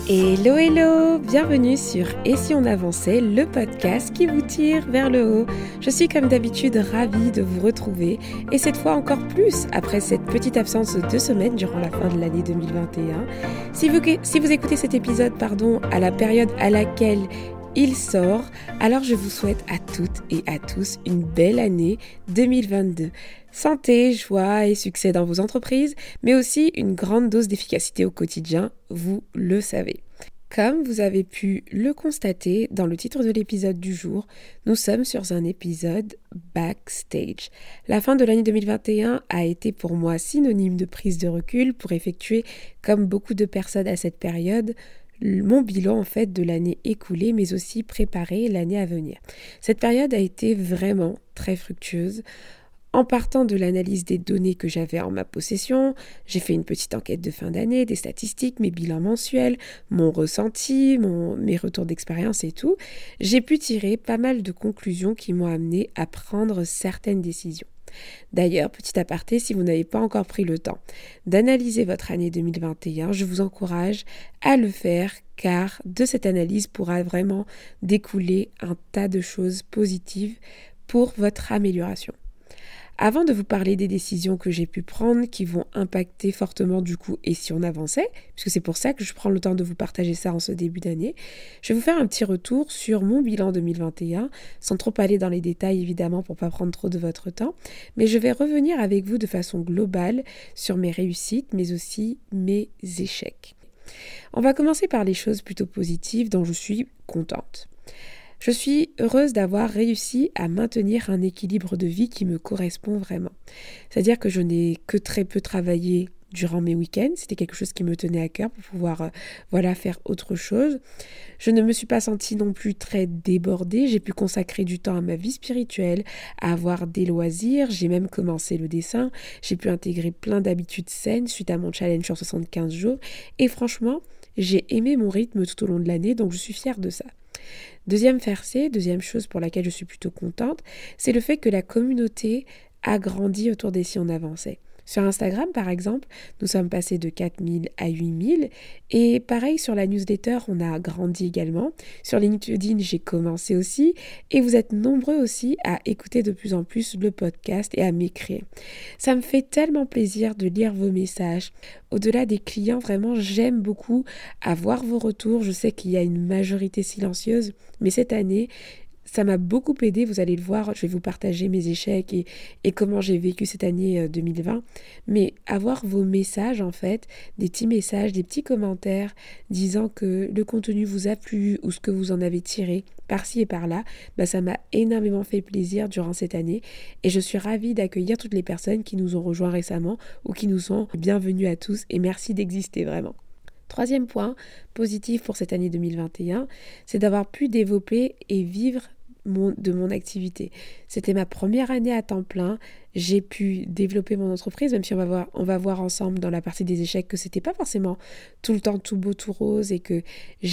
Hello hello, bienvenue sur Et si on avançait, le podcast qui vous tire vers le haut. Je suis comme d'habitude ravie de vous retrouver et cette fois encore plus après cette petite absence de 2 semaines durant la fin de l'année 2021. Si vous écoutez cet épisode à la période à laquelle il sort, alors je vous souhaite à toutes et à tous une belle année 2022. Santé, joie et succès dans vos entreprises, mais aussi une grande dose d'efficacité au quotidien, vous le savez. Comme vous avez pu le constater dans le titre de l'épisode du jour, nous sommes sur un épisode backstage. La fin de l'année 2021 a été pour moi synonyme de prise de recul pour effectuer, comme beaucoup de personnes à cette période, mon bilan en fait de l'année écoulée, mais aussi préparer l'année à venir. Cette période a été vraiment très fructueuse. En partant de l'analyse des données que j'avais en ma possession, j'ai fait une petite enquête de fin d'année, des statistiques, mes bilans mensuels, mon ressenti, mes retours d'expérience et tout. J'ai pu tirer pas mal de conclusions qui m'ont amené à prendre certaines décisions. D'ailleurs, petit aparté, si vous n'avez pas encore pris le temps d'analyser votre année 2021, je vous encourage à le faire car de cette analyse pourra vraiment découler un tas de choses positives pour votre amélioration. Avant de vous parler des décisions que j'ai pu prendre qui vont impacter fortement du coup et si on avançait, puisque c'est pour ça que je prends le temps de vous partager ça en ce début d'année, je vais vous faire un petit retour sur mon bilan 2021, sans trop aller dans les détails évidemment pour pas prendre trop de votre temps, mais je vais revenir avec vous de façon globale sur mes réussites mais aussi mes échecs. On va commencer par les choses plutôt positives dont je suis contente. Je suis heureuse d'avoir réussi à maintenir un équilibre de vie qui me correspond vraiment. C'est-à-dire que je n'ai que très peu travaillé durant mes week-ends. C'était quelque chose qui me tenait à cœur pour pouvoir faire autre chose. Je ne me suis pas sentie non plus très débordée. J'ai pu consacrer du temps à ma vie spirituelle, à avoir des loisirs. J'ai même commencé le dessin. J'ai pu intégrer plein d'habitudes saines suite à mon challenge sur 75 jours. Et franchement, j'ai aimé mon rythme tout au long de l'année, donc je suis fière de ça. Deuxième chose pour laquelle je suis plutôt contente, c'est le fait que la communauté a grandi autour des Si on avançait. Sur Instagram, par exemple, nous sommes passés de 4000 à 8000 et pareil sur la newsletter, on a grandi également. Sur LinkedIn, j'ai commencé aussi et vous êtes nombreux aussi à écouter de plus en plus le podcast et à m'écrire. Ça me fait tellement plaisir de lire vos messages. Au-delà des clients, vraiment, j'aime beaucoup avoir vos retours. Je sais qu'il y a une majorité silencieuse, mais cette année, ça m'a beaucoup aidé, vous allez le voir, je vais vous partager mes échecs et comment j'ai vécu cette année 2020. Mais avoir vos messages en fait, des petits messages, des petits commentaires disant que le contenu vous a plu ou ce que vous en avez tiré par-ci et par-là, ça m'a énormément fait plaisir durant cette année et je suis ravie d'accueillir toutes les personnes qui nous ont rejoints récemment ou qui nous sont bienvenus à tous et merci d'exister vraiment. Troisième point positif pour cette année 2021, c'est d'avoir pu développer et vivre de mon activité. C'était ma première année à temps plein. J'ai pu développer mon entreprise, même si on va voir ensemble dans la partie des échecs que c'était pas forcément tout le temps tout beau, tout rose et que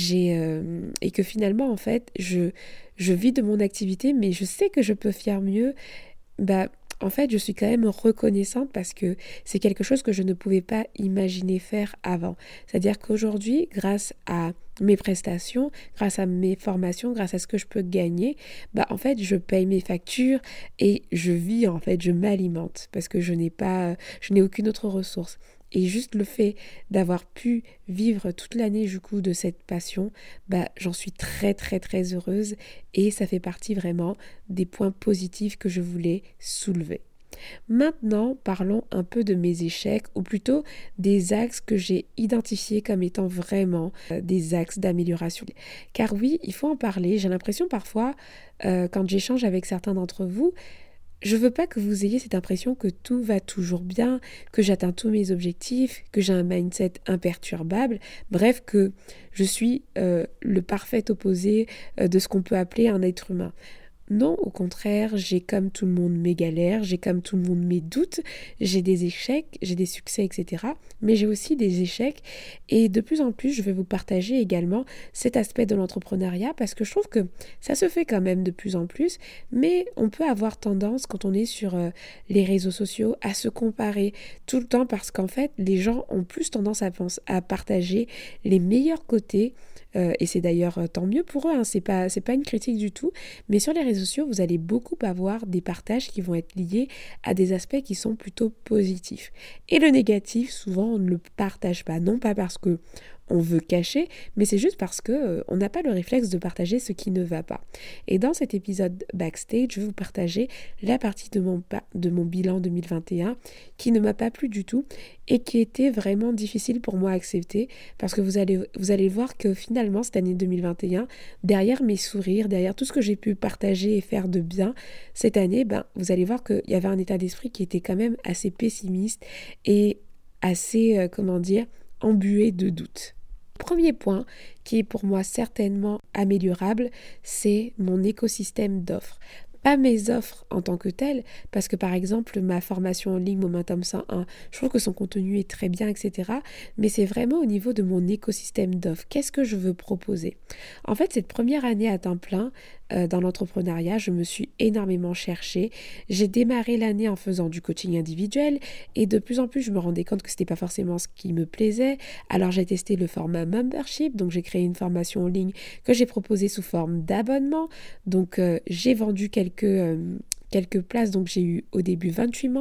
finalement en fait je vis de mon activité, mais je sais que je peux faire mieux. En fait, je suis quand même reconnaissante parce que c'est quelque chose que je ne pouvais pas imaginer faire avant. C'est-à-dire qu'aujourd'hui, grâce à mes prestations, grâce à mes formations, grâce à ce que je peux gagner, en fait, je paye mes factures et je vis, en fait, je m'alimente parce que je n'ai aucune autre ressource. Et juste le fait d'avoir pu vivre toute l'année du coup de cette passion, j'en suis très très très heureuse et ça fait partie vraiment des points positifs que je voulais soulever. Maintenant, parlons un peu de mes échecs ou plutôt des axes que j'ai identifiés comme étant vraiment des axes d'amélioration. Car oui, il faut en parler. J'ai l'impression parfois, quand j'échange avec certains d'entre vous, je veux pas que vous ayez cette impression que tout va toujours bien, que j'atteins tous mes objectifs, que j'ai un mindset imperturbable, bref, que je suis le parfait opposé de ce qu'on peut appeler un être humain. Non, au contraire, j'ai comme tout le monde mes galères, j'ai comme tout le monde mes doutes, j'ai des échecs, j'ai des succès, etc. Mais j'ai aussi des échecs et de plus en plus, je vais vous partager également cet aspect de l'entrepreneuriat parce que je trouve que ça se fait quand même de plus en plus, mais on peut avoir tendance quand on est sur les réseaux sociaux à se comparer tout le temps parce qu'en fait, les gens ont plus tendance à partager les meilleurs côtés. Et c'est d'ailleurs tant mieux pour eux, hein, c'est pas une critique du tout, mais sur les réseaux sociaux, vous allez beaucoup avoir des partages qui vont être liés à des aspects qui sont plutôt positifs. Et le négatif, souvent, on ne le partage pas, non pas parce que on veut cacher, mais c'est juste parce que on n'a pas le réflexe de partager ce qui ne va pas. Et dans cet épisode backstage, je vais vous partager la partie de mon bilan 2021 qui ne m'a pas plu du tout et qui était vraiment difficile pour moi à accepter parce que vous allez voir que finalement cette année 2021, derrière mes sourires, derrière tout ce que j'ai pu partager et faire de bien cette année, vous allez voir qu'il y avait un état d'esprit qui était quand même assez pessimiste et assez, embué de doutes. Premier point qui est pour moi certainement améliorable, c'est mon écosystème d'offres. Pas mes offres en tant que telles, parce que par exemple ma formation en ligne Momentum 101, je trouve que son contenu est très bien, etc. Mais c'est vraiment au niveau de mon écosystème d'offres. Qu'est-ce que je veux proposer? En fait, cette première année à temps plein dans l'entrepreneuriat, je me suis énormément cherchée. J'ai démarré l'année en faisant du coaching individuel et de plus en plus, je me rendais compte que c'était pas forcément ce qui me plaisait. Alors j'ai testé le format membership, donc j'ai créé une formation en ligne que j'ai proposée sous forme d'abonnement. Donc j'ai vendu quelques places, donc j'ai eu au début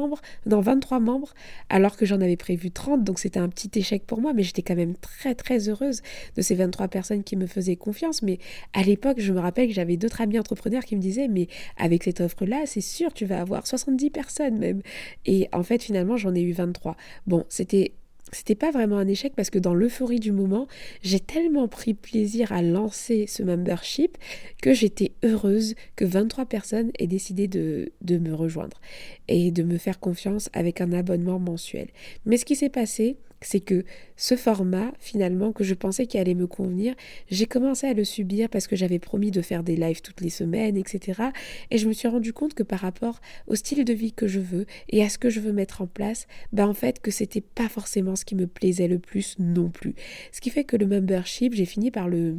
23 membres, alors que j'en avais prévu 30, donc c'était un petit échec pour moi, mais j'étais quand même très très heureuse de ces 23 personnes qui me faisaient confiance. Mais à l'époque, je me rappelle que j'avais d'autres amis entrepreneurs qui me disaient, mais avec cette offre-là, c'est sûr, tu vas avoir 70 personnes même. Et en fait, finalement, j'en ai eu 23. Bon, c'était pas vraiment un échec parce que dans l'euphorie du moment, j'ai tellement pris plaisir à lancer ce membership que j'étais heureuse que 23 personnes aient décidé de me rejoindre et de me faire confiance avec un abonnement mensuel. Mais ce qui s'est passé, c'est que ce format, finalement, que je pensais qu'il allait me convenir, j'ai commencé à le subir parce que j'avais promis de faire des lives toutes les semaines, etc. Et je me suis rendu compte que par rapport au style de vie que je veux et à ce que je veux mettre en place, en fait, que c'était pas forcément ce qui me plaisait le plus non plus. Ce qui fait que le membership, j'ai fini par le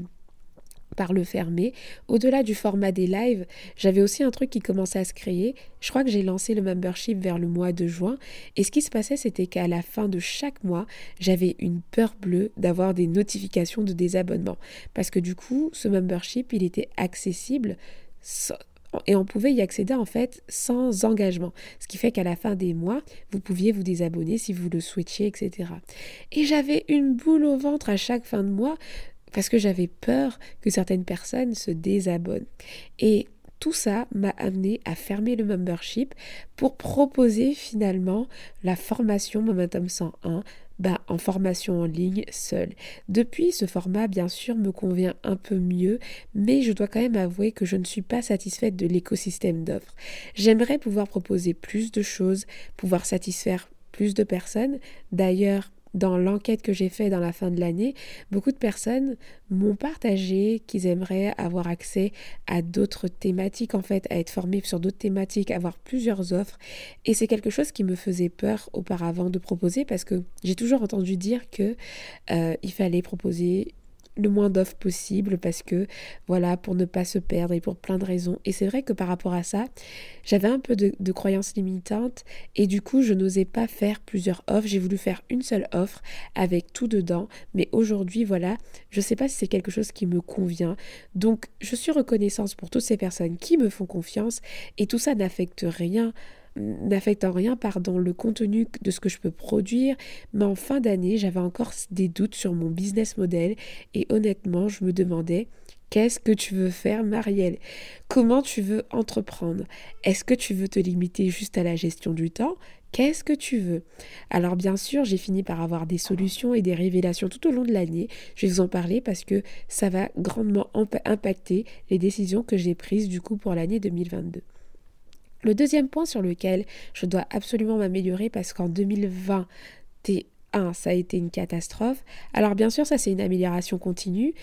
fermer. Au-delà du format des lives, j'avais aussi un truc qui commençait à se créer. Je crois que j'ai lancé le membership vers le mois de juin. Et ce qui se passait, c'était qu'à la fin de chaque mois, j'avais une peur bleue d'avoir des notifications de désabonnement. Parce que du coup, ce membership, il était accessible et on pouvait y accéder en fait sans engagement. Ce qui fait qu'à la fin des mois, vous pouviez vous désabonner si vous le souhaitiez, etc. Et j'avais une boule au ventre à chaque fin de mois parce que j'avais peur que certaines personnes se désabonnent. Et tout ça m'a amené à fermer le membership pour proposer finalement la formation Momentum 101 en formation en ligne seule. Depuis, ce format, bien sûr, me convient un peu mieux, mais je dois quand même avouer que je ne suis pas satisfaite de l'écosystème d'offres. J'aimerais pouvoir proposer plus de choses, pouvoir satisfaire plus de personnes. D'ailleurs, dans l'enquête que j'ai faite dans la fin de l'année, beaucoup de personnes m'ont partagé qu'ils aimeraient avoir accès à d'autres thématiques, en fait, à être formés sur d'autres thématiques, avoir plusieurs offres. Et c'est quelque chose qui me faisait peur auparavant de proposer parce que j'ai toujours entendu dire que il fallait proposer le moins d'offres possible parce que voilà, pour ne pas se perdre et pour plein de raisons. Et c'est vrai que par rapport à ça, j'avais un peu de croyances limitantes et du coup je n'osais pas faire plusieurs offres. J'ai voulu faire une seule offre avec tout dedans, mais aujourd'hui voilà, je sais pas si c'est quelque chose qui me convient. Donc je suis reconnaissante pour toutes ces personnes qui me font confiance et tout ça n'affecte en rien le contenu de ce que je peux produire, mais en fin d'année, j'avais encore des doutes sur mon business model et honnêtement, je me demandais qu'est-ce que tu veux faire, Marielle? Comment tu veux entreprendre? Est-ce que tu veux te limiter juste à la gestion du temps? Qu'est-ce que tu veux? Alors bien sûr, j'ai fini par avoir des solutions et des révélations tout au long de l'année. Je vais vous en parler parce que ça va grandement impacter les décisions que j'ai prises du coup pour l'année 2022. Le deuxième point sur lequel je dois absolument m'améliorer parce qu'en 2021, ça a été une catastrophe. Alors bien sûr, ça c'est une amélioration continue,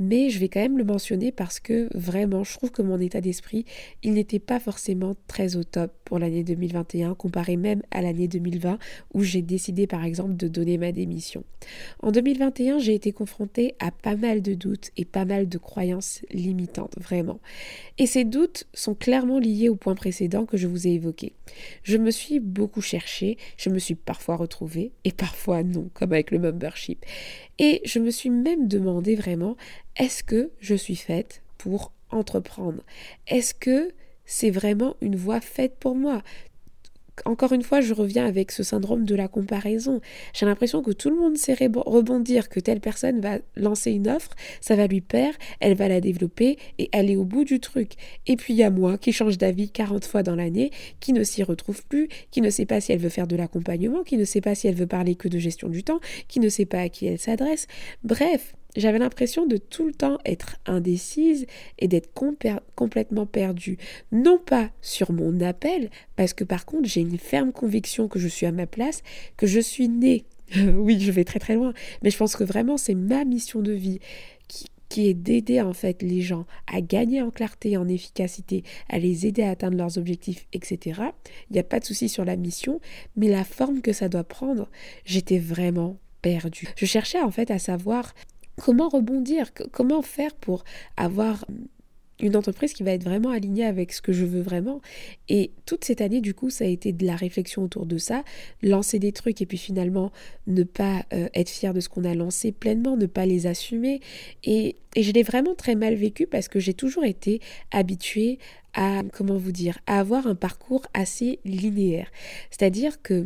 mais je vais quand même le mentionner parce que vraiment, je trouve que mon état d'esprit, il n'était pas forcément très au top pour l'année 2021, comparé même à l'année 2020, où j'ai décidé par exemple de donner ma démission. En 2021, j'ai été confrontée à pas mal de doutes et pas mal de croyances limitantes, vraiment. Et ces doutes sont clairement liés au point précédent que je vous ai évoqué. Je me suis beaucoup cherchée, je me suis parfois retrouvée et parfois non, comme avec le membership. Et je me suis même demandé vraiment, est-ce que je suis faite pour entreprendre? Est-ce que c'est vraiment une voie faite pour moi? Encore une fois, je reviens avec ce syndrome de la comparaison. J'ai l'impression que tout le monde sait rebondir, que telle personne va lancer une offre, ça va lui plaire, elle va la développer et aller au bout du truc. Et puis il y a moi qui change d'avis 40 fois dans l'année, qui ne s'y retrouve plus, qui ne sait pas si elle veut faire de l'accompagnement, qui ne sait pas si elle veut parler que de gestion du temps, qui ne sait pas à qui elle s'adresse. Bref, j'avais l'impression de tout le temps être indécise et d'être complètement perdue. Non pas sur mon appel, parce que par contre j'ai une ferme conviction que je suis à ma place, que je suis née. Oui, je vais très très loin, mais je pense que vraiment c'est ma mission de vie qui est d'aider en fait les gens à gagner en clarté, en efficacité, à les aider à atteindre leurs objectifs, etc. Il n'y a pas de souci sur la mission, mais la forme que ça doit prendre, j'étais vraiment perdue. Je cherchais en fait à savoir comment rebondir, comment faire pour avoir une entreprise qui va être vraiment alignée avec ce que je veux vraiment. Et toute cette année, du coup, ça a été de la réflexion autour de ça, lancer des trucs et puis finalement ne pas être fier de ce qu'on a lancé pleinement, ne pas les assumer. Et je l'ai vraiment très mal vécu parce que j'ai toujours été habituée à, comment vous dire, à avoir un parcours assez linéaire. C'est-à-dire que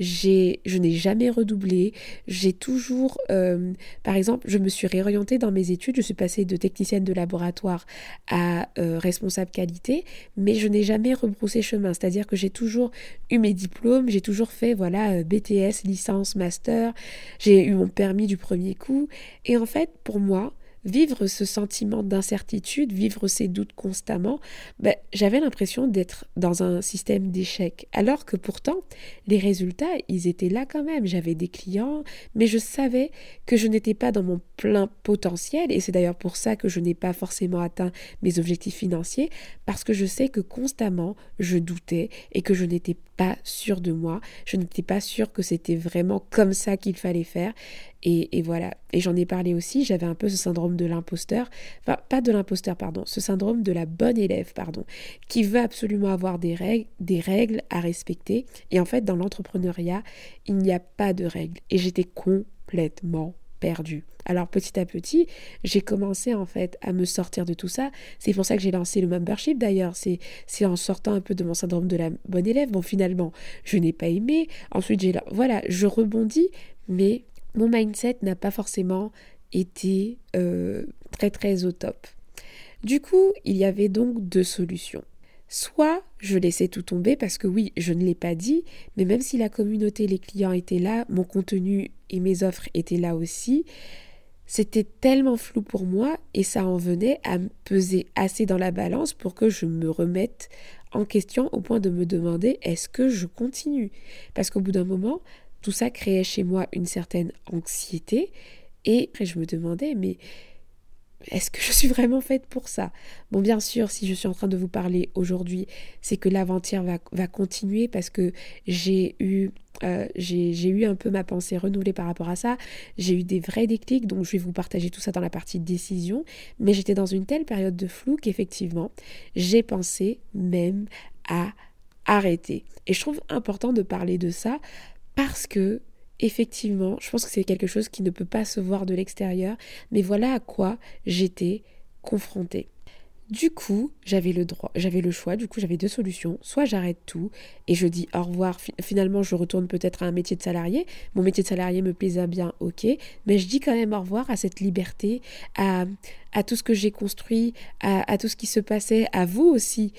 je n'ai jamais redoublé, j'ai toujours, par exemple, je me suis réorientée dans mes études, je suis passée de technicienne de laboratoire à responsable qualité, mais je n'ai jamais rebroussé chemin, c'est-à-dire que j'ai toujours eu mes diplômes, j'ai toujours fait, voilà, BTS, licence, master, j'ai eu mon permis du premier coup, et en fait, pour moi, vivre ce sentiment d'incertitude, vivre ces doutes constamment, j'avais l'impression d'être dans un système d'échec. Alors que pourtant, les résultats, ils étaient là quand même. J'avais des clients, mais je savais que je n'étais pas dans mon plein potentiel. Et c'est d'ailleurs pour ça que je n'ai pas forcément atteint mes objectifs financiers, parce que je sais que constamment, je doutais et que je n'étais pas sûre de moi. Je n'étais pas sûre que c'était vraiment comme ça qu'il fallait faire. Et voilà. Et j'en ai parlé aussi, j'avais un peu ce syndrome de l'imposteur, enfin pas de l'imposteur, pardon, ce syndrome de la bonne élève, pardon, qui veut absolument avoir des règles à respecter. Et en fait, dans l'entrepreneuriat, il n'y a pas de règles. Et j'étais complètement perdue. Alors petit à petit, j'ai commencé en fait à me sortir de tout ça. C'est pour ça que j'ai lancé le membership d'ailleurs. C'est en sortant un peu de mon syndrome de la bonne élève. Bon, finalement, je n'ai pas aimé. Ensuite, voilà, je rebondis, mais mon mindset n'a pas forcément été très très au top. Du coup, il y avait donc deux solutions. Soit je laissais tout tomber parce que oui, je ne l'ai pas dit, mais même si la communauté, les clients étaient là, mon contenu et mes offres étaient là aussi, c'était tellement flou pour moi et ça en venait à me peser assez dans la balance pour que je me remette en question au point de me demander est-ce que je continue ? Parce qu'au bout d'un moment, tout ça créait chez moi une certaine anxiété et après je me demandais mais est-ce que je suis vraiment faite pour ça ? Bon, bien sûr, si je suis en train de vous parler aujourd'hui, c'est que l'aventure va continuer parce que j'ai eu un peu ma pensée renouvelée par rapport à ça. J'ai eu des vrais déclics, donc je vais vous partager tout ça dans la partie décision. Mais j'étais dans une telle période de flou qu'effectivement, j'ai pensé même à arrêter. Et je trouve important de parler de ça parce que effectivement, je pense que c'est quelque chose qui ne peut pas se voir de l'extérieur, mais voilà à quoi j'étais confrontée. Du coup, j'avais le choix, du coup j'avais deux solutions. Soit j'arrête tout et je dis au revoir, finalement je retourne peut-être à un métier de salarié. Mon métier de salarié me plaisait bien, ok, mais je dis quand même au revoir à cette liberté, à tout ce que j'ai construit, à tout ce qui se passait, à vous aussi.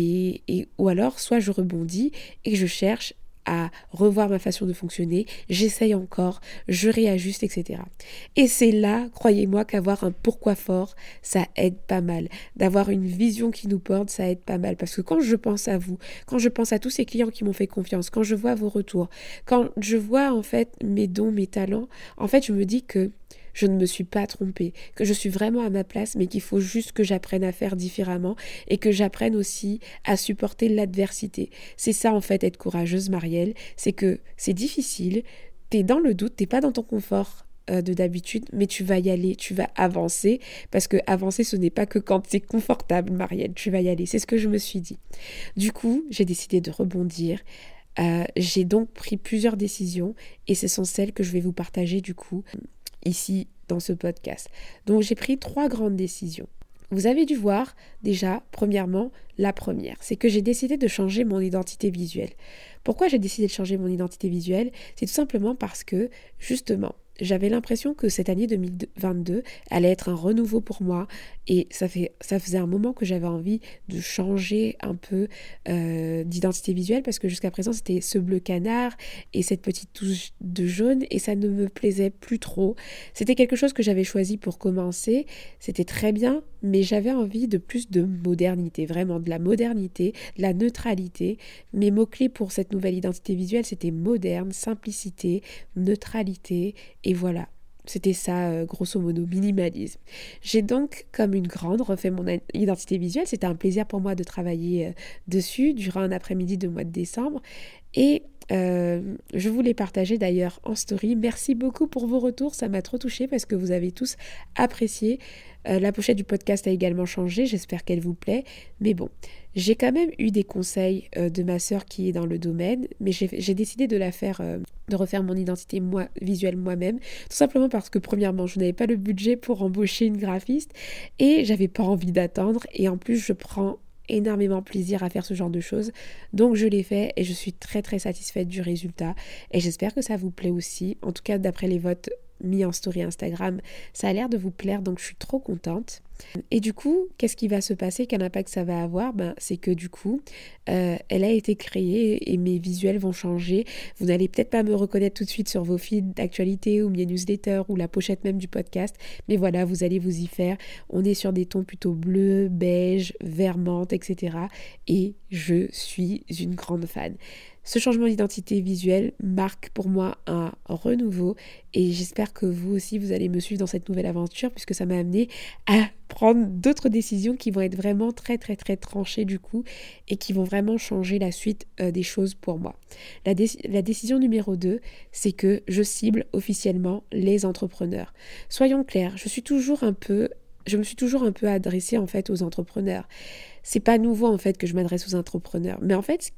Ou alors, soit je rebondis et je cherche à revoir ma façon de fonctionner, j'essaye encore, je réajuste, etc. Et c'est là, croyez-moi, qu'avoir un pourquoi fort, ça aide pas mal. D'avoir une vision qui nous porte, ça aide pas mal. Parce que quand je pense à vous, quand je pense à tous ces clients qui m'ont fait confiance, quand je vois vos retours, quand je vois en fait mes dons, mes talents, en fait je me dis que je ne me suis pas trompée, que je suis vraiment à ma place, mais qu'il faut juste que j'apprenne à faire différemment et que j'apprenne aussi à supporter l'adversité. C'est ça en fait être courageuse, Marielle, c'est que c'est difficile, t'es dans le doute, t'es pas dans ton confort de d'habitude, mais tu vas y aller, tu vas avancer, parce que avancer ce n'est pas que quand c'est confortable, Marielle, tu vas y aller, c'est ce que je me suis dit. Du coup, j'ai décidé de rebondir. J'ai donc pris plusieurs décisions et ce sont celles que je vais vous partager du coup ici dans ce podcast. Donc j'ai pris 3 grandes décisions. Vous avez dû voir déjà, premièrement, la première, c'est que j'ai décidé de changer mon identité visuelle. Pourquoi j'ai décidé de changer mon identité visuelle? C'est tout simplement parce que, justement, j'avais l'impression que cette année 2022 allait être un renouveau pour moi et ça faisait un moment que j'avais envie de changer un peu d'identité visuelle parce que jusqu'à présent c'était ce bleu canard et cette petite touche de jaune et ça ne me plaisait plus trop. C'était quelque chose que j'avais choisi pour commencer, c'était très bien, mais j'avais envie de plus de modernité, vraiment de la modernité, de la neutralité. Mes mots-clés pour cette nouvelle identité visuelle, c'était moderne, simplicité, neutralité, et voilà. C'était ça, grosso modo, minimalisme. J'ai donc, comme une grande, refait mon identité visuelle. C'était un plaisir pour moi de travailler dessus durant un après-midi de mois de décembre. Et je voulais partager d'ailleurs en story. Merci beaucoup pour vos retours, ça m'a trop touchée parce que vous avez tous apprécié. La pochette du podcast a également changé, j'espère qu'elle vous plaît. Mais bon, j'ai quand même eu des conseils de ma sœur qui est dans le domaine, mais j'ai décidé de la faire, de refaire mon identité visuelle moi-même, tout simplement parce que premièrement, je n'avais pas le budget pour embaucher une graphiste et j'avais pas envie d'attendre. Et en plus, je prends énormément plaisir à faire ce genre de choses. Donc je l'ai fait et je suis très très satisfaite du résultat et j'espère que ça vous plaît aussi. En tout cas, d'après les votes mis en story Instagram, ça a l'air de vous plaire, donc je suis trop contente. Et du coup, qu'est-ce qui va se passer? Quel impact ça va avoir? C'est que du coup, elle a été créée et mes visuels vont changer. Vous n'allez peut-être pas me reconnaître tout de suite sur vos feeds d'actualité ou mes newsletters ou la pochette même du podcast, mais voilà, vous allez vous y faire. On est sur des tons plutôt bleus, beige, vert menthe, etc. Et je suis une grande fan. Ce changement d'identité visuelle marque pour moi un renouveau et j'espère que vous aussi vous allez me suivre dans cette nouvelle aventure puisque ça m'a amené à prendre d'autres décisions qui vont être vraiment très très très tranchées du coup et qui vont vraiment changer la suite des choses pour moi. La décision numéro 2, c'est que je cible officiellement les entrepreneurs. Soyons clairs, je me suis toujours un peu adressée en fait aux entrepreneurs. C'est pas nouveau en fait que je m'adresse aux entrepreneurs, mais en fait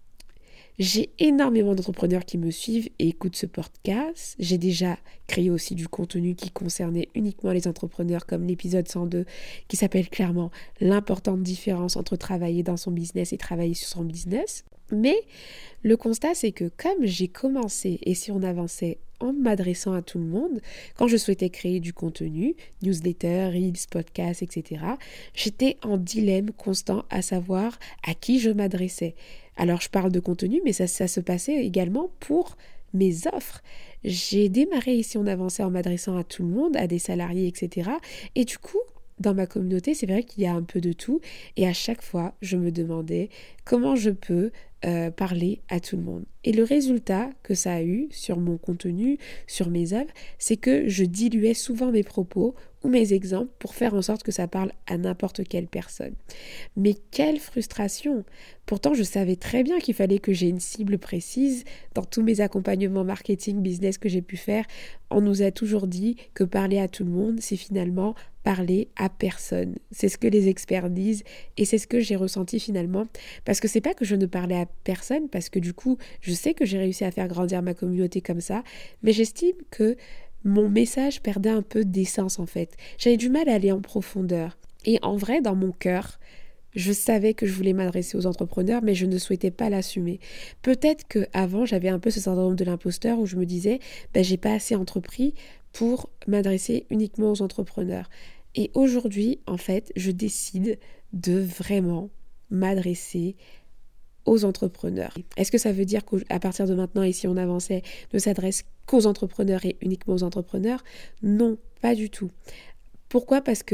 j'ai énormément d'entrepreneurs qui me suivent et écoutent ce podcast. J'ai déjà créé aussi du contenu qui concernait uniquement les entrepreneurs, comme l'épisode 102 qui s'appelle clairement l'importante différence entre travailler dans son business et travailler sur son business. Mais le constat, c'est que comme j'ai commencé et si on avançait en m'adressant à tout le monde, quand je souhaitais créer du contenu, newsletter, reels, podcasts, etc., j'étais en dilemme constant à savoir à qui je m'adressais. Alors je parle de contenu, mais ça se passait également pour mes offres. J'ai démarré ici on avançait en m'adressant à tout le monde, à des salariés, etc. Et du coup, dans ma communauté, c'est vrai qu'il y a un peu de tout. Et à chaque fois, je me demandais comment je peux parler à tout le monde. Et le résultat que ça a eu sur mon contenu, sur mes œuvres, c'est que je diluais souvent mes propos ou mes exemples pour faire en sorte que ça parle à n'importe quelle personne. Mais quelle frustration! Pourtant, je savais très bien qu'il fallait que j'ai une cible précise. Dans tous mes accompagnements marketing, business que j'ai pu faire, on nous a toujours dit que parler à tout le monde, c'est finalement parler à personne. C'est ce que les experts disent et c'est ce que j'ai ressenti finalement. Parce que c'est pas que je ne parlais à personne, parce que du coup, je sais que j'ai réussi à faire grandir ma communauté comme ça, mais j'estime que mon message perdait un peu d'essence en fait. J'avais du mal à aller en profondeur. Et en vrai, dans mon cœur, je savais que je voulais m'adresser aux entrepreneurs, mais je ne souhaitais pas l'assumer. Peut-être qu'avant, j'avais un peu ce syndrome de l'imposteur où je me disais, j'ai pas assez entrepris pour m'adresser uniquement aux entrepreneurs. Et aujourd'hui, en fait, je décide de vraiment m'adresser aux entrepreneurs. Est-ce que ça veut dire qu'à partir de maintenant, et si on avançait, ne s'adresse qu'aux entrepreneurs et uniquement aux entrepreneurs? Non, pas du tout. Pourquoi? Parce que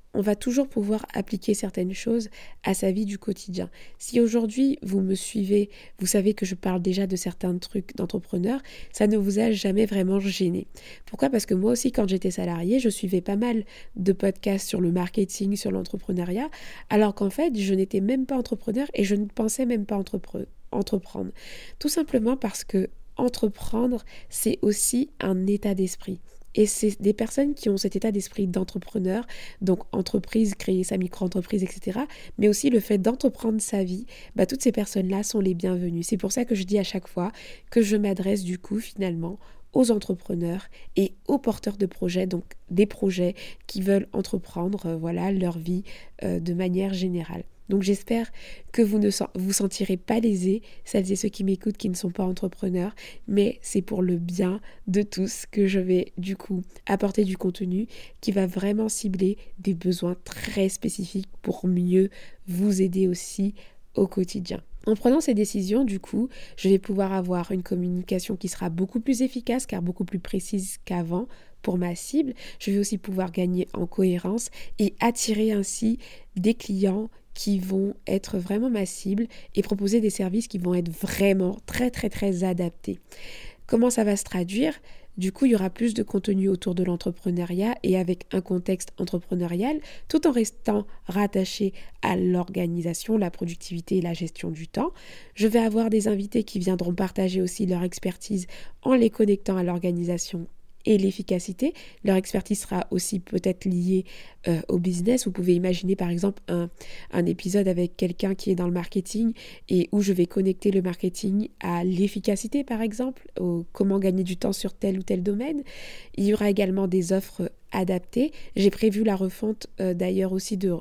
on va toujours pouvoir appliquer certaines choses à sa vie du quotidien. Si aujourd'hui vous me suivez, vous savez que je parle déjà de certains trucs d'entrepreneur, ça ne vous a jamais vraiment gêné. Pourquoi ? Parce que moi aussi, quand j'étais salariée, je suivais pas mal de podcasts sur le marketing, sur l'entrepreneuriat, alors qu'en fait, je n'étais même pas entrepreneur et je ne pensais même pas entreprendre. Tout simplement parce que entreprendre, c'est aussi un état d'esprit. Et c'est des personnes qui ont cet état d'esprit d'entrepreneur, donc entreprise, créer sa micro-entreprise, etc. Mais aussi le fait d'entreprendre sa vie, toutes ces personnes-là sont les bienvenues. C'est pour ça que je dis à chaque fois que je m'adresse du coup finalement aux entrepreneurs et aux porteurs de projets, donc des projets qui veulent entreprendre leur vie de manière générale. Donc j'espère que vous ne vous sentirez pas lésés, celles et ceux qui m'écoutent qui ne sont pas entrepreneurs, mais c'est pour le bien de tous que je vais du coup apporter du contenu qui va vraiment cibler des besoins très spécifiques pour mieux vous aider aussi au quotidien. En prenant ces décisions, du coup, je vais pouvoir avoir une communication qui sera beaucoup plus efficace car beaucoup plus précise qu'avant pour ma cible. Je vais aussi pouvoir gagner en cohérence et attirer ainsi des clients qui vont être vraiment ma cible et proposer des services qui vont être vraiment très très très adaptés. Comment ça va se traduire ? Du coup, il y aura plus de contenu autour de l'entrepreneuriat et avec un contexte entrepreneurial, tout en restant rattaché à l'organisation, la productivité et la gestion du temps. Je vais avoir des invités qui viendront partager aussi leur expertise en les connectant à l'organisation et l'efficacité. Leur expertise sera aussi peut-être liée au business. Vous pouvez imaginer par exemple un épisode avec quelqu'un qui est dans le marketing et où je vais connecter le marketing à l'efficacité par exemple, au comment gagner du temps sur tel ou tel domaine. Il y aura également des offres adaptées. J'ai prévu la refonte d'ailleurs aussi de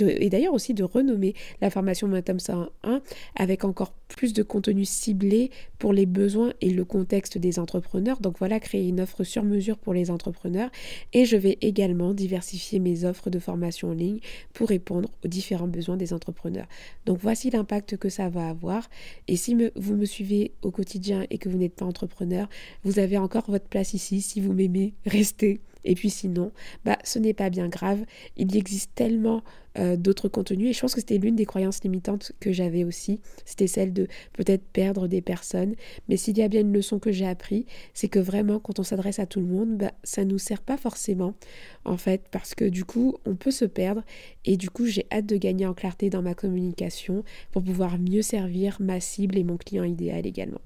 renommer la formation Momentum 101 avec encore plus de contenu ciblé pour les besoins et le contexte des entrepreneurs. Donc voilà, créer une offre sur mesure pour les entrepreneurs et je vais également diversifier mes offres de formation en ligne pour répondre aux différents besoins des entrepreneurs. Donc voici l'impact que ça va avoir et si vous me suivez au quotidien et que vous n'êtes pas entrepreneur, vous avez encore votre place ici. Si vous m'aimez, restez. Et puis sinon, ce n'est pas bien grave. Il existe tellement d'autres contenus et je pense que c'était l'une des croyances limitantes que j'avais aussi. C'était celle de peut-être perdre des personnes. Mais s'il y a bien une leçon que j'ai appris, c'est que vraiment quand on s'adresse à tout le monde, ça ne nous sert pas forcément en fait parce que du coup, on peut se perdre et du coup, j'ai hâte de gagner en clarté dans ma communication pour pouvoir mieux servir ma cible et mon client idéal également.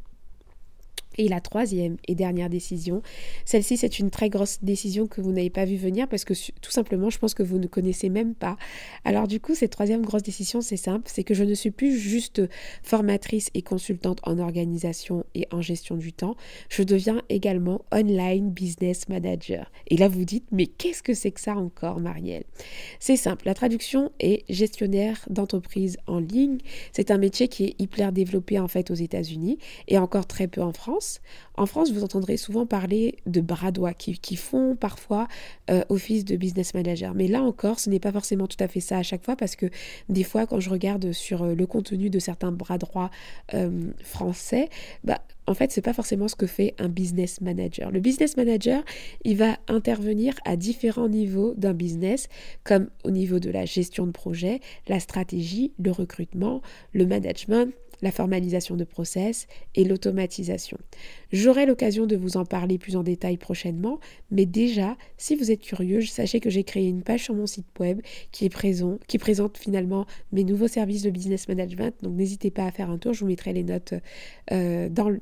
Et la troisième et dernière décision, celle-ci c'est une très grosse décision que vous n'avez pas vu venir parce que tout simplement je pense que vous ne connaissez même pas. Alors du coup cette troisième grosse décision c'est simple, c'est que je ne suis plus juste formatrice et consultante en organisation et en gestion du temps, je deviens également online business manager. Et là vous dites mais qu'est-ce que c'est que ça encore Marielle ? C'est simple, la traduction est gestionnaire d'entreprise en ligne, c'est un métier qui est hyper développé en fait aux États-Unis et encore très peu en France. En France, vous entendrez souvent parler de bras droits qui font parfois office de business manager. Mais là encore, ce n'est pas forcément tout à fait ça à chaque fois parce que des fois, quand je regarde sur le contenu de certains bras droits français, en fait, c'est pas forcément ce que fait un business manager. Le business manager, il va intervenir à différents niveaux d'un business, comme au niveau de la gestion de projet, la stratégie, le recrutement, le management, la formalisation de process et l'automatisation. J'aurai l'occasion de vous en parler plus en détail prochainement, mais déjà, si vous êtes curieux, sachez que j'ai créé une page sur mon site web qui présente finalement mes nouveaux services de business management, donc n'hésitez pas à faire un tour, je vous mettrai les notes dans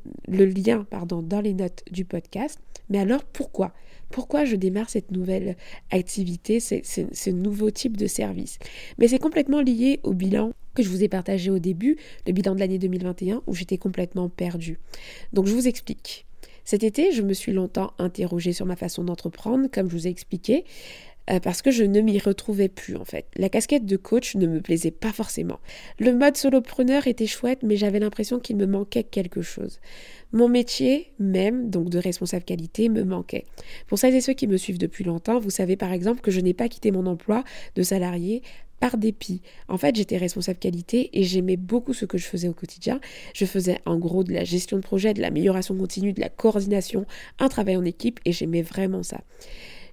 les notes du podcast. Mais alors pourquoi je démarre cette nouvelle activité, ce nouveau type de service ? Mais c'est complètement lié au bilan que je vous ai partagé au début, le bilan de l'année 2021, où j'étais complètement perdue. Donc je vous explique. Cet été, je me suis longtemps interrogée sur ma façon d'entreprendre, comme je vous ai expliqué, parce que je ne m'y retrouvais plus en fait. La casquette de coach ne me plaisait pas forcément. Le mode solopreneur était chouette, mais j'avais l'impression qu'il me manquait quelque chose. Mon métier même, donc de responsable qualité, me manquait. Pour celles et ceux qui me suivent depuis longtemps, vous savez par exemple que je n'ai pas quitté mon emploi de salarié par dépit. En fait, j'étais responsable qualité et j'aimais beaucoup ce que je faisais au quotidien. Je faisais en gros de la gestion de projet, de l'amélioration continue, de la coordination, un travail en équipe et j'aimais vraiment ça.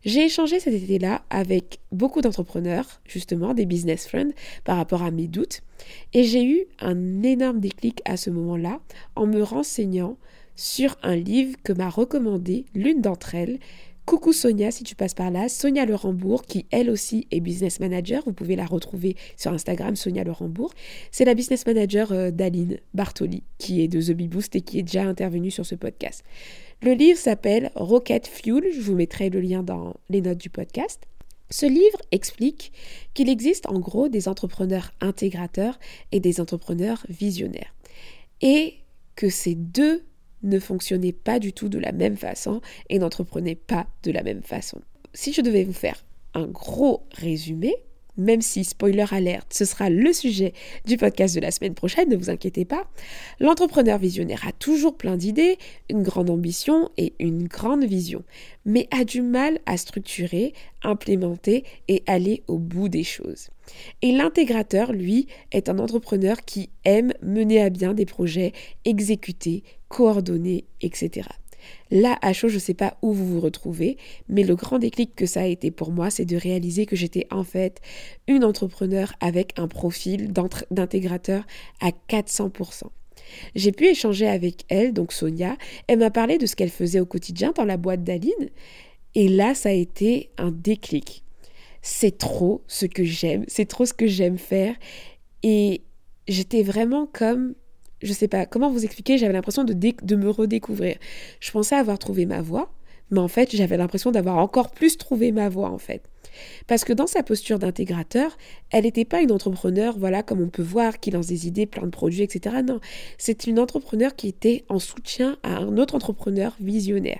J'ai échangé cet été-là avec beaucoup d'entrepreneurs, justement, des business friends, par rapport à mes doutes. Et j'ai eu un énorme déclic à ce moment-là en me renseignant sur un livre que m'a recommandé l'une d'entre elles. Coucou Sonia, si tu passes par là, Sonia Lerambourg, qui elle aussi est business manager. Vous pouvez la retrouver sur Instagram, Sonia Lerambourg. C'est la business manager d'Aline Bartoli, qui est de The Bee Boost et qui est déjà intervenue sur ce podcast. Le livre s'appelle Rocket Fuel, je vous mettrai le lien dans les notes du podcast. Ce livre explique qu'il existe en gros des entrepreneurs intégrateurs et des entrepreneurs visionnaires. Et que ces deux ne fonctionnaient pas du tout de la même façon et n'entreprenaient pas de la même façon. Si je devais vous faire un gros résumé, même si, spoiler alert, ce sera le sujet du podcast de la semaine prochaine, ne vous inquiétez pas, l'entrepreneur visionnaire a toujours plein d'idées, une grande ambition et une grande vision, mais a du mal à structurer, implémenter et aller au bout des choses. Et l'intégrateur, lui, est un entrepreneur qui aime mener à bien des projets, exécuter, coordonner, etc. Là, à chaud, je ne sais pas où vous vous retrouvez, mais le grand déclic que ça a été pour moi, c'est de réaliser que j'étais en fait une entrepreneur avec un profil d'intégrateur à 400%. J'ai pu échanger avec elle, donc Sonia, elle m'a parlé de ce qu'elle faisait au quotidien dans la boîte d'Aline, et là, ça a été un déclic. C'est trop ce que j'aime, c'est trop ce que j'aime faire, et j'étais vraiment comme... Je sais pas comment vous expliquer, j'avais l'impression de me redécouvrir. Je pensais avoir trouvé ma voie, mais en fait, j'avais l'impression d'avoir encore plus trouvé ma voie, en fait. Parce que dans sa posture d'intégrateur, elle n'était pas une entrepreneur, voilà, comme on peut voir, qui lance des idées, plein de produits, etc. Non, c'est une entrepreneur qui était en soutien à un autre entrepreneur visionnaire.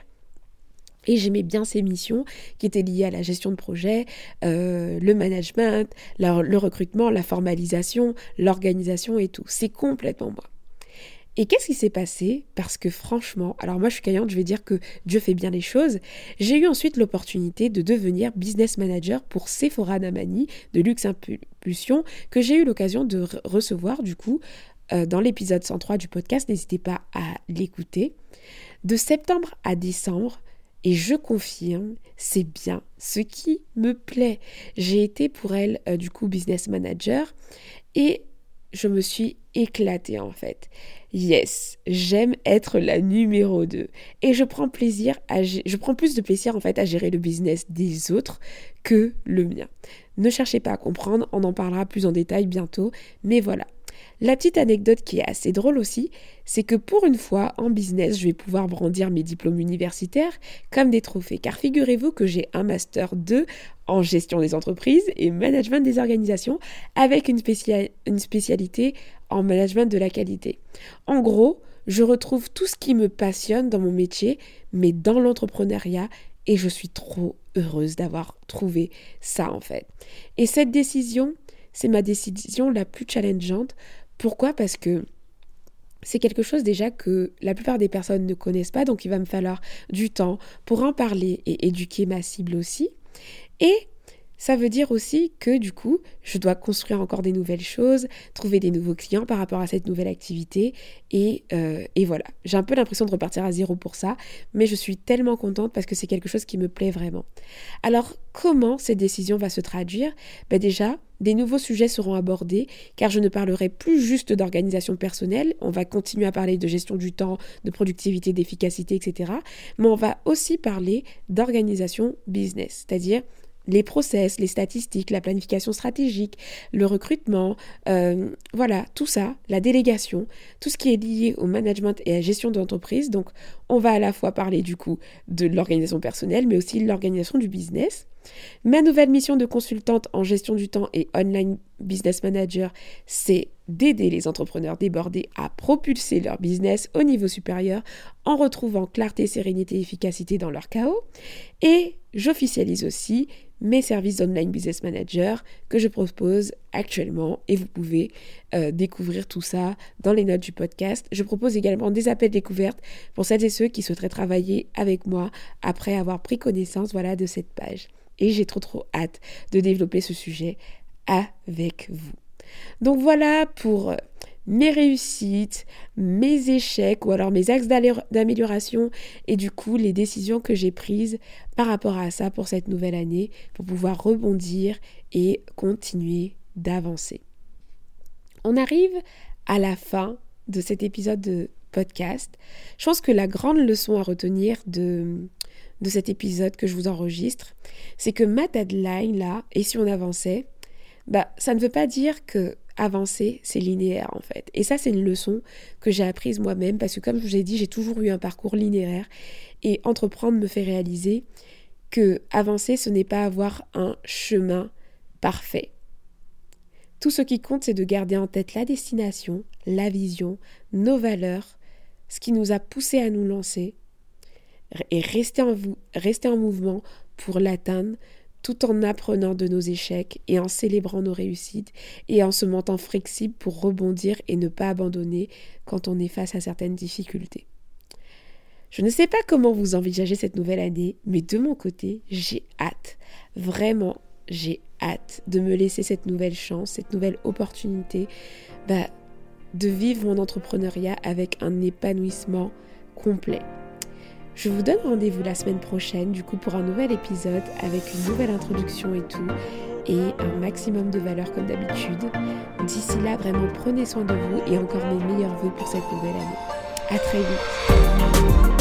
Et j'aimais bien ces missions qui étaient liées à la gestion de projet, le management, le recrutement, la formalisation, l'organisation et tout. C'est complètement moi. Et qu'est-ce qui s'est passé? Parce que franchement, alors moi je suis croyante, je vais dire que Dieu fait bien les choses. J'ai eu ensuite l'opportunité de devenir business manager pour Sephora Damani de Luxe Impulsion, que j'ai eu l'occasion de recevoir du coup dans l'épisode 103 du podcast. N'hésitez pas à l'écouter. De septembre à décembre, et je confirme, c'est bien ce qui me plaît. J'ai été pour elle du coup business manager et je me suis éclatée en fait. Yes, j'aime être la numéro 2 et je prends plus de plaisir en fait à gérer le business des autres que le mien. Ne cherchez pas à comprendre, on en parlera plus en détail bientôt, mais voilà. La petite anecdote qui est assez drôle aussi, c'est que pour une fois, en business, je vais pouvoir brandir mes diplômes universitaires comme des trophées. Car figurez-vous que j'ai un Master 2 en gestion des entreprises et management des organisations avec une spécialité en management de la qualité. En gros, je retrouve tout ce qui me passionne dans mon métier, mais dans l'entrepreneuriat, et je suis trop heureuse d'avoir trouvé ça en fait. Et cette décision, c'est ma décision la plus challengeante. Pourquoi ? Parce que c'est quelque chose déjà que la plupart des personnes ne connaissent pas, donc il va me falloir du temps pour en parler et éduquer ma cible aussi. Et ça veut dire aussi que du coup, je dois construire encore des nouvelles choses, trouver des nouveaux clients par rapport à cette nouvelle activité et voilà. J'ai un peu l'impression de repartir à zéro pour ça, mais je suis tellement contente parce que c'est quelque chose qui me plaît vraiment. Alors, comment cette décision va se traduire ? Déjà, des nouveaux sujets seront abordés car je ne parlerai plus juste d'organisation personnelle, on va continuer à parler de gestion du temps, de productivité, d'efficacité, etc. Mais on va aussi parler d'organisation business, c'est-à-dire les process, les statistiques, la planification stratégique, le recrutement, voilà, tout ça, la délégation, tout ce qui est lié au management et à la gestion d'entreprise. Donc, on va à la fois parler du coup de l'organisation personnelle, mais aussi de l'organisation du business. Ma nouvelle mission de consultante en gestion du temps et online business manager, c'est d'aider les entrepreneurs débordés à propulser leur business au niveau supérieur en retrouvant clarté, sérénité et efficacité dans leur chaos. Et j'officialise aussi mes services d'online business manager que je propose actuellement et vous pouvez découvrir tout ça dans les notes du podcast. Je propose également des appels découvertes pour celles et ceux qui souhaiteraient travailler avec moi après avoir pris connaissance de cette page. Et j'ai trop hâte de développer ce sujet avec vous. Donc voilà pour mes réussites, mes échecs ou alors mes axes d'amélioration et du coup les décisions que j'ai prises par rapport à ça pour cette nouvelle année pour pouvoir rebondir et continuer d'avancer. On arrive à la fin de cet épisode de podcast. Je pense que la grande leçon à retenir de cet épisode que je vous enregistre, c'est que ma deadline là, et si on avançait, ça ne veut pas dire que avancer, c'est linéaire en fait. Et ça, c'est une leçon que j'ai apprise moi-même parce que comme je vous ai dit, j'ai toujours eu un parcours linéaire et entreprendre me fait réaliser que avancer, ce n'est pas avoir un chemin parfait. Tout ce qui compte, c'est de garder en tête la destination, la vision, nos valeurs, ce qui nous a poussé à nous lancer et rester en mouvement pour l'atteindre tout en apprenant de nos échecs et en célébrant nos réussites et en se montant flexible pour rebondir et ne pas abandonner quand on est face à certaines difficultés. Je ne sais pas comment vous envisagez cette nouvelle année, mais de mon côté, j'ai hâte. Vraiment, j'ai hâte de me laisser cette nouvelle chance, cette nouvelle opportunité de vivre mon entrepreneuriat avec un épanouissement complet. Je vous donne rendez-vous la semaine prochaine, du coup, pour un nouvel épisode avec une nouvelle introduction et tout, et un maximum de valeur comme d'habitude. D'ici là, vraiment, prenez soin de vous et encore mes meilleurs vœux pour cette nouvelle année. À très vite.